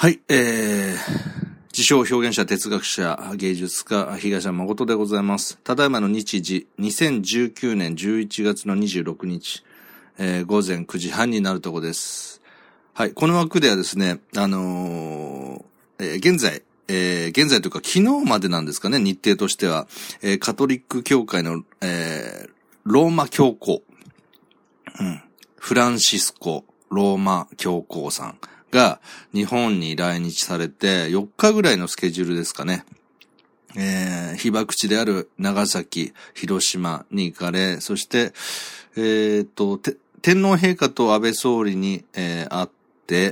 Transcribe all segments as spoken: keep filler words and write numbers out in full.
はい、えー、自称表現者、哲学者、芸術家、東山誠でございます。ただいまの日時、にせんじゅうきゅうねんじゅういちがつのにじゅうろくにち、えー、午前くじはんになるところです。はい、この枠ではですね、あのー、えー、現在、えー、現在というか昨日までなんですかね、日程としては、えー、カトリック教会の、えー、ローマ教皇、うん、フランシスコ・ローマ教皇さんが日本に来日されてよっかぐらいのスケジュールですかね。えー、被爆地である長崎、広島に行かれ、そして、えー、と、天皇陛下と安倍総理に、えー、会って、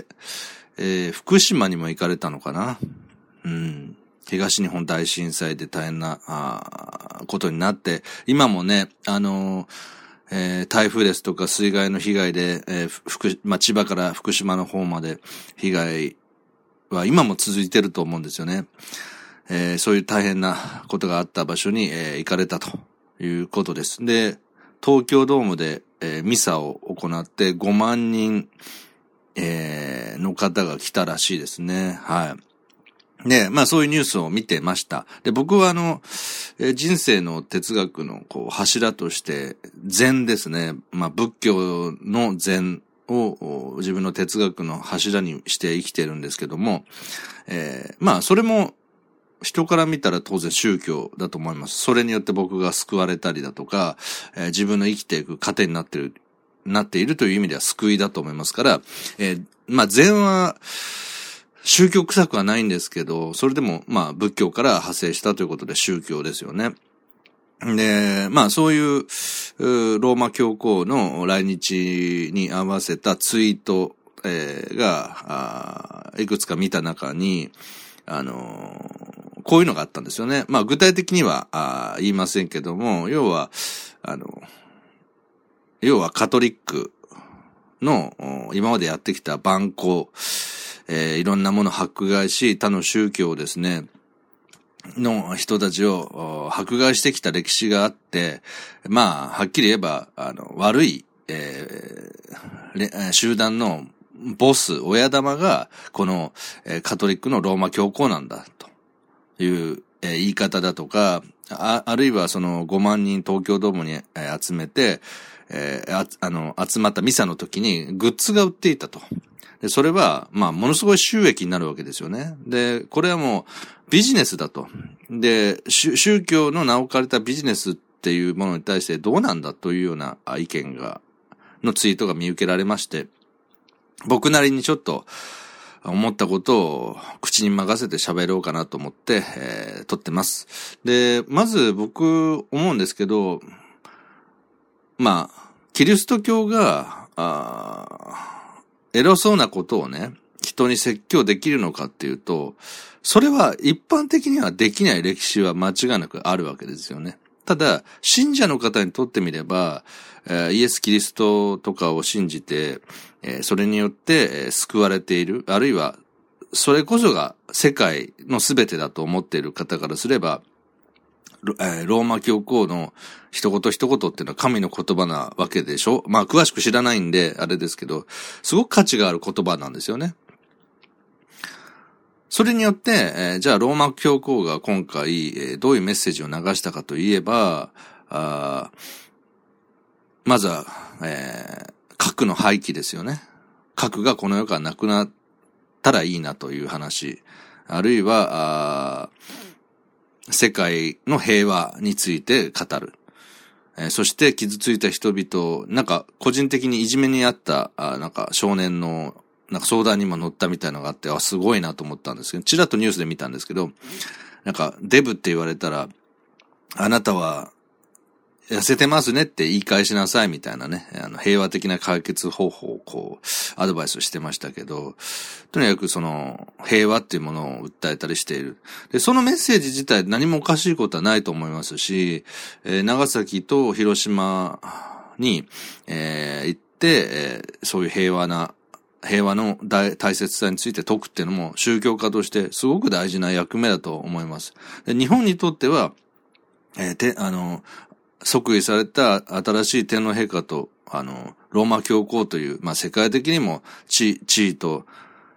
えー、福島にも行かれたのかな。うん。東日本大震災で大変な、あことになって、今もね、あのー、えー、台風ですとか水害の被害で、えー、福、まあ、千葉から福島の方まで被害は今も続いてると思うんですよね。えー、そういう大変なことがあった場所に、えー、行かれたということです。で、東京ドームで、えー、ミサを行ってごまんにん、えー、の方が来たらしいですね。はい。ね、まあそういうニュースを見てました。で、僕はあの、えー、人生の哲学のこう柱として禅ですね。まあ仏教の禅を自分の哲学の柱にして生きてるんですけども、えー、まあそれも人から見たら当然宗教だと思います。それによって僕が救われたりだとか、えー、自分の生きていく糧になっている、なっているという意味では救いだと思いますから、えー、まあ禅は、宗教臭くはないんですけど、それでも、まあ、仏教から派生したということで宗教ですよね。で、まあ、そういう、ローマ教皇の来日に合わせたツイート、えー、が、いくつか見た中に、あのー、こういうのがあったんですよね。まあ、具体的にはあ言いませんけども、要は、あの、要はカトリックの今までやってきた蛮行、えー、いろんなものを迫害し、他の宗教をですね、の人たちを迫害してきた歴史があって、まあ、はっきり言えば、あの、悪い、えー、集団のボス、親玉が、この、えー、カトリックのローマ教皇なんだ、という、えー、言い方だとか、あ、あるいはそのごまんにん東京ドームに、えー、集めて、えー、あ、あの、集まったミサの時にグッズが売っていたと。で、それは、まあ、ものすごい収益になるわけですよね。で、これはもう、ビジネスだと。で、宗教の名を借りたビジネスっていうものに対してどうなんだというような意見が、のツイートが見受けられまして、僕なりにちょっと思ったことを口に任せて喋ろうかなと思って、えー、撮ってます。で、まず僕思うんですけど、まあ、キリスト教が、あ偉そうなことをね、人に説教できるのかっていうと、それは一般的にはできない歴史は間違いなくあるわけですよね。ただ、信者の方にとってみれば、えー、イエス・キリストとかを信じて、えー、それによって、えー、救われている、あるいは、それこそが世界の全てだと思っている方からすれば、ローマ教皇の一言一言っていうのは神の言葉なわけでしょ。まあ詳しく知らないんであれですけど、すごく価値がある言葉なんですよね。それによって、えー、じゃあローマ教皇が今回、えー、どういうメッセージを流したかといえば、あまずは、えー、核の廃棄ですよね。核がこの世からなくなったらいいなという話。あるいは、あ世界の平和について語る。えー、そして傷ついた人々、なんか個人的にいじめにあった、あなんか少年のなんか相談にも乗ったみたいなのがあって、あ、すごいなと思ったんですけど、ちらっとニュースで見たんですけど、なんかデブって言われたら、あなたは痩せてますねって言い返しなさいみたいなね、あの平和的な解決方法をこうアドバイスしてましたけど、とにかくその平和っていうものを訴えたりしている。で、そのメッセージ自体何もおかしいことはないと思いますし、えー、長崎と広島に、えー、行って、えー、そういう平和な平和の大切さについて説くっていうのも宗教家としてすごく大事な役目だと思います。で、日本にとっては、えー、て、あの、即位された新しい天皇陛下と、あの、ローマ教皇という、まあ、世界的にも地、地位と、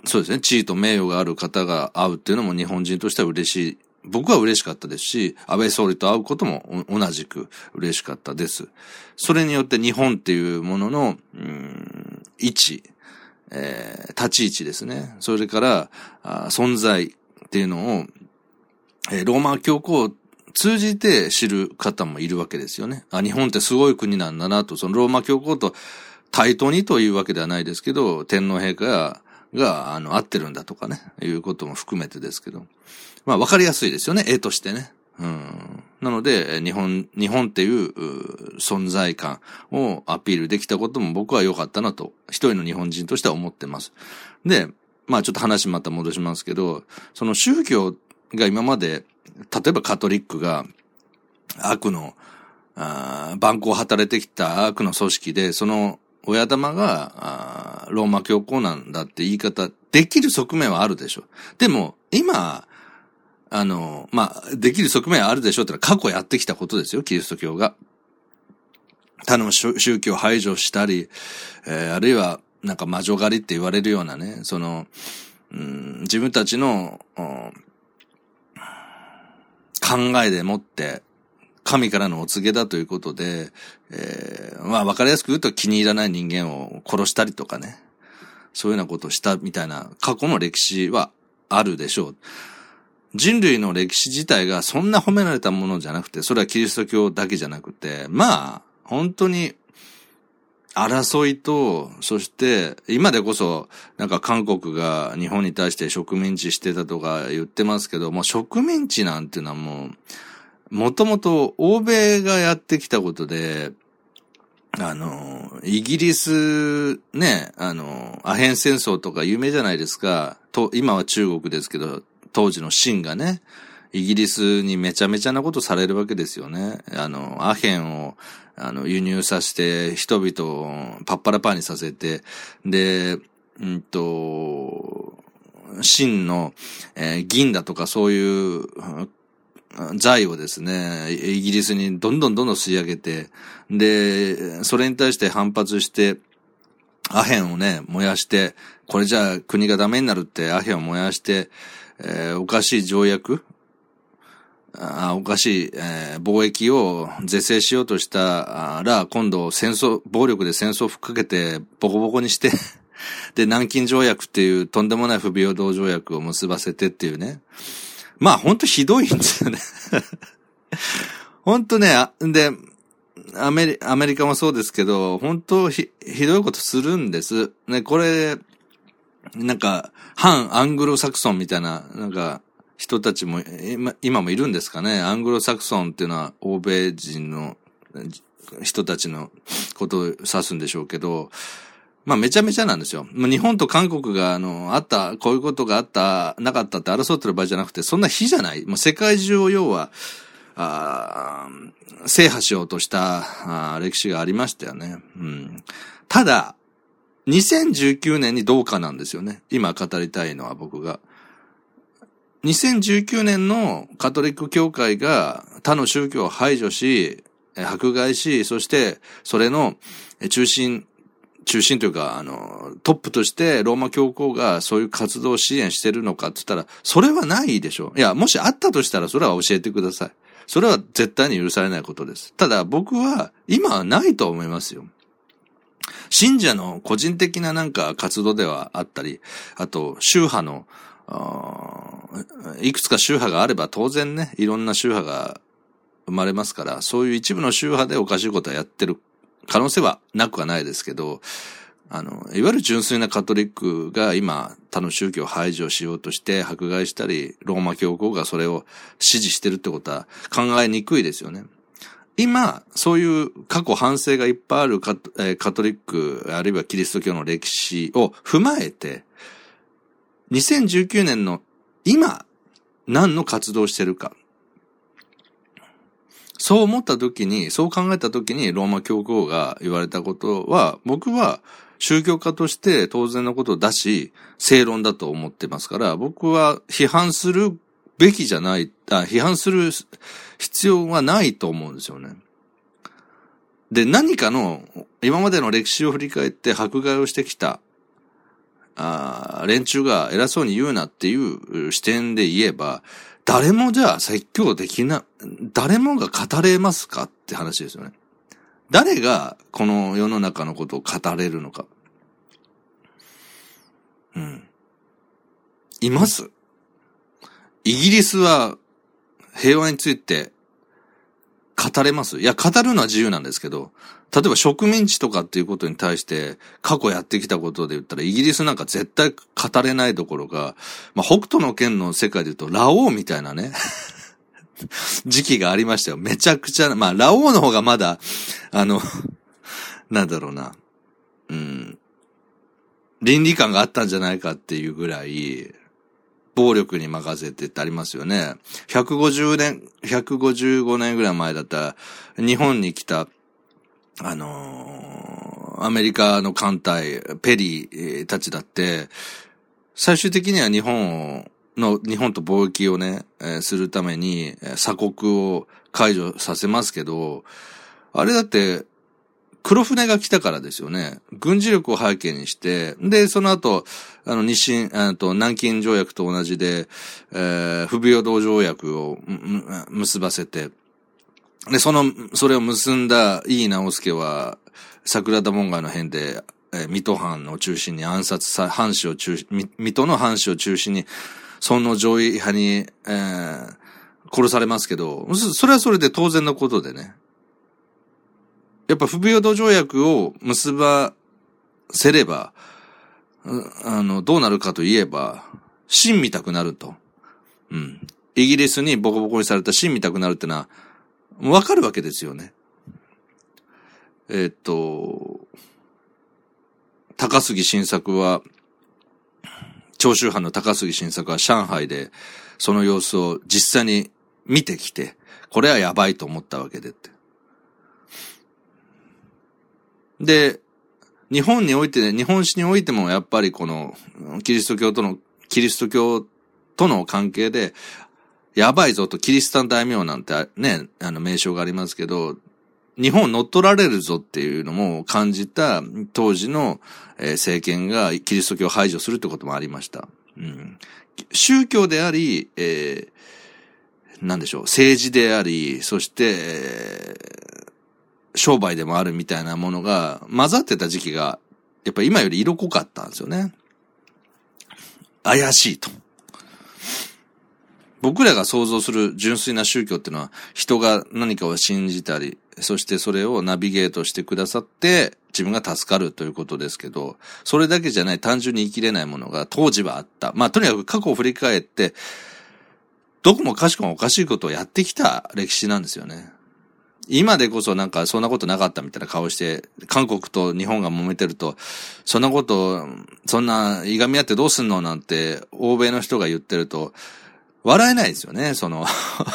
そうですね、地位と名誉がある方が会うっていうのも日本人としては嬉しい。僕は嬉しかったですし、安倍総理と会うことも同じく嬉しかったです。それによって日本っていうものの、うーん、位置、えー、立ち位置ですね。それからあ存在っていうのを、えー、ローマ教皇を通じて知る方もいるわけですよね。あ、日本ってすごい国なんだなと、そのローマ教皇と対等にというわけではないですけど、天皇陛下が、が、あの、合ってるんだとかね、いうことも含めてですけど。まあ、わかりやすいですよね、絵としてね。うん。なので、日本、日本っていう、う存在感をアピールできたことも僕は良かったなと、一人の日本人としては思ってます。で、まあちょっと話また戻しますけど、その宗教が今まで、例えばカトリックが悪の、あ蛮行を働いてきた悪の組織で、その親玉がローマ教皇なんだって言い方できる側面はあるでしょ。でも今、あの、まあ、できる側面はあるでしょうってのは過去やってきたことですよ、キリスト教が。他の宗教を排除したり、えー、あるいはなんか魔女狩りって言われるようなね、その、うん、自分たちの考えでもって神からのお告げだということで、えー、まあわかりやすく言うと気に入らない人間を殺したりとかね、そういうようなことをしたみたいな過去の歴史はあるでしょう。人類の歴史自体がそんな褒められたものじゃなくて、それはキリスト教だけじゃなくて、まあ、本当に争いと、そして今でこそなんか韓国が日本に対して植民地してたとか言ってますけど、もう植民地なんていうのはもう、もともと欧米がやってきたことで、あの、イギリスね、あの、アヘン戦争とか有名じゃないですか。と、今は中国ですけど、当時の清がね、イギリスにめちゃめちゃなことされるわけですよね。あの、アヘンを、あの、輸入させて、人々をパッパラパーにさせて、で、うんと、清の、えー、銀だとかそういう、財をですね、イギリスにどんどんどんどん吸い上げて、で、それに対して反発して、アヘンをね、燃やして、これじゃあ国がダメになるってアヘンを燃やして、えー、おかしい条約あおかしい、えー、貿易を是正しようとしたら、今度戦争、暴力で戦争をふっかけてボコボコにして、で、南京条約っていうとんでもない不平等条約を結ばせてっていうね。まあ、ほんとひどいんですよね。ほんとね、で、アメリ、アメリカもそうですけど、本当ひ、ひどいことするんです。ね、これ、なんか、反アングロサクソンみたいな、なんか、人たちも、今、今もいるんですかね。アングロサクソンっていうのは、欧米人の人たちのことを指すんでしょうけど、まあ、めちゃめちゃなんですよ。日本と韓国が、あの、あった、こういうことがあった、なかったって争ってる場合じゃなくて、そんな比じゃない。もう世界中を要は、あ制覇しようとした歴史がありましたよね。うん、ただ、にせんじゅうきゅうねんにどうかなんですよね。今語りたいのは僕が。にせんじゅうきゅうねんのカトリック教会が他の宗教を排除し、迫害し、そしてそれの中心、中心というか、あの、トップとしてローマ教皇がそういう活動を支援してるのかって言ったら、それはないでしょう。いや、もしあったとしたらそれは教えてください。それは絶対に許されないことです。ただ僕は今はないと思いますよ。信者の個人的ななんか活動ではあったり、あと宗派の、いくつか宗派があれば当然ね、いろんな宗派が生まれますから、そういう一部の宗派でおかしいことはやってる可能性はなくはないですけど、あの、いわゆる純粋なカトリックが今他の宗教を排除しようとして迫害したり、ローマ教皇がそれを支持してるってことは考えにくいですよね。今、そういう過去反省がいっぱいあるカト、えー、カトリック、あるいはキリスト教の歴史を踏まえて、にせんじゅうきゅうねんの今、何の活動をしてるか。そう思った時に、そう考えた時にローマ教皇が言われたことは、僕は宗教家として当然のことだし、正論だと思ってますから、僕は批判するべきじゃない、あ、批判する必要はないと思うんですよね。で、何かの、今までの歴史を振り返って迫害をしてきたあ連中が偉そうに言うなっていう視点で言えば、誰もじゃあ説教できな、誰もが語れますかって話ですよね。誰がこの世の中のことを語れるのか。うん。います？イギリスは平和について語れます？いや、語るのは自由なんですけど、例えば植民地とかっていうことに対して過去やってきたことで言ったらイギリスなんか絶対語れないどころか、まあ、北斗の拳の世界で言うとラオウみたいなね時期がありましたよ。めちゃくちゃ、まあラオウの方がまだあのなんだろうな、うん、倫理観があったんじゃないかっていうぐらい暴力に任せてってありますよね。ひゃくごじゅうねん、ひゃくごじゅうごねんぐらい前だった日本に来たあのー、アメリカの艦隊、ペリーたちだって、最終的には日本を、の、日本と貿易をね、えー、するために、鎖国を解除させますけど、あれだって、黒船が来たからですよね。軍事力を背景にして、で、その後、あの、日清、あと、南京条約と同じで、えー、不平等条約を結ばせて、で、その、それを結んだ井伊直弼は、桜田門外の変で、えー、水戸藩を中心に暗殺さ、藩士を中心、水戸の藩士を中心に、その上位派に、えー、殺されますけど、それはそれで当然のことでね。やっぱ不平等条約を結ばせれば、あの、どうなるかといえば、清みたくなると。うん。イギリスにボコボコにされた清みたくなるってのは、わかるわけですよね。えー、っと、高杉晋作は、長州藩の高杉晋作は上海でその様子を実際に見てきて、これはやばいと思ったわけでって。で、日本において、日本史においてもやっぱりこのキリスト教との、キリスト教との関係で、やばいぞとキリシタン大名なんてね、あの名称がありますけど、日本乗っ取られるぞっていうのも感じた当時の政権がキリスト教を排除するってこともありました。うん、宗教であり、えー、なんでしょう、政治であり、そして、えー、商売でもあるみたいなものが混ざってた時期が、やっぱ今より色濃かったんですよね。怪しいと。僕らが想像する純粋な宗教っていうのは、人が何かを信じたり、そしてそれをナビゲートしてくださって、自分が助かるということですけど、それだけじゃない、単純に生きれないものが当時はあった。まあ、とにかく過去を振り返って、どこもかしこもおかしいことをやってきた歴史なんですよね。今でこそなんかそんなことなかったみたいな顔して、韓国と日本が揉めてると、そんなこと、そんないがみ合ってどうすんのなんて、欧米の人が言ってると、笑えないですよね、その。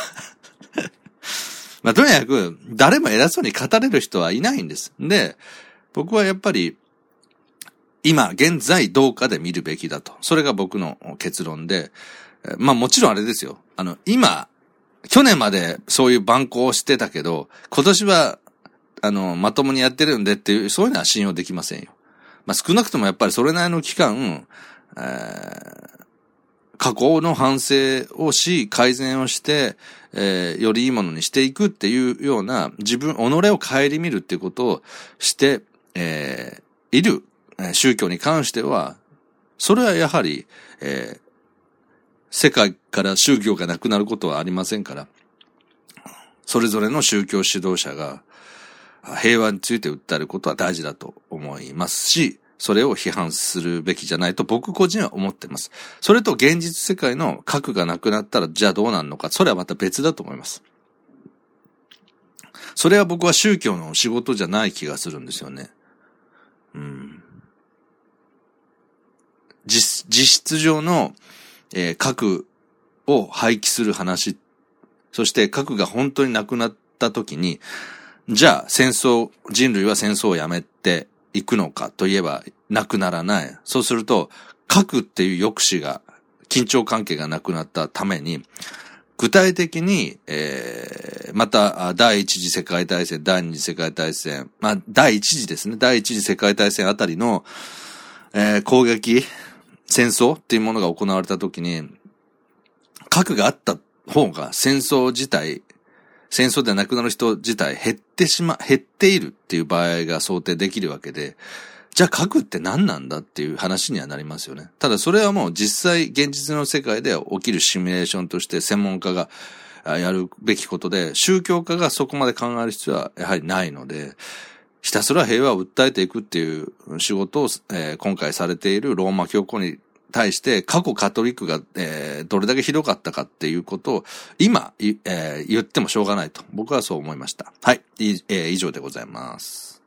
まあ、とにかく、誰も偉そうに語れる人はいないんです。で、僕はやっぱり、今、現在どうかで見るべきだと。それが僕の結論で、まあもちろんあれですよ。あの、今、去年までそういう蛮行をしてたけど、今年は、あの、まともにやってるんでっていう、そういうのは信用できませんよ。まあ少なくともやっぱりそれなりの期間、えー過去の反省をし、改善をして、えー、よりいいものにしていくっていうような、自分、己を顧みるっていうことをして、えー、いる、宗教に関しては、それはやはり、えー、世界から宗教がなくなることはありませんから、それぞれの宗教指導者が平和について訴えることは大事だと思いますし、それを批判するべきじゃないと僕個人は思っています。それと現実世界の核がなくなったらじゃあどうなるのか、それはまた別だと思います。それは僕は宗教の仕事じゃない気がするんですよね。うん、実、実質上の、えー、核を廃棄する話、そして核が本当になくなった時に、じゃあ戦争、人類は戦争をやめて、行くのかといえばなくならない。そうすると核っていう抑止が緊張関係がなくなったために具体的に、えー、また第一次世界大戦、第二次世界大戦、まあ第一次ですね、第一次世界大戦あたりの、えー、攻撃戦争っていうものが行われた時に、核があった方が戦争自体、戦争で亡くなる人自体減ってしま、減っているっていう場合が想定できるわけで、じゃあ核って何なんだっていう話にはなりますよね。ただそれはもう実際現実の世界で起きるシミュレーションとして専門家がやるべきことで、宗教家がそこまで考える必要はやはりないので、ひたすら平和を訴えていくっていう仕事を、えー、今回されているローマ教皇に対して過去カトリックが、えー、どれだけひどかったかっていうことを今、えー、言ってもしょうがないと僕はそう思いました。はい、えー、以上でございます。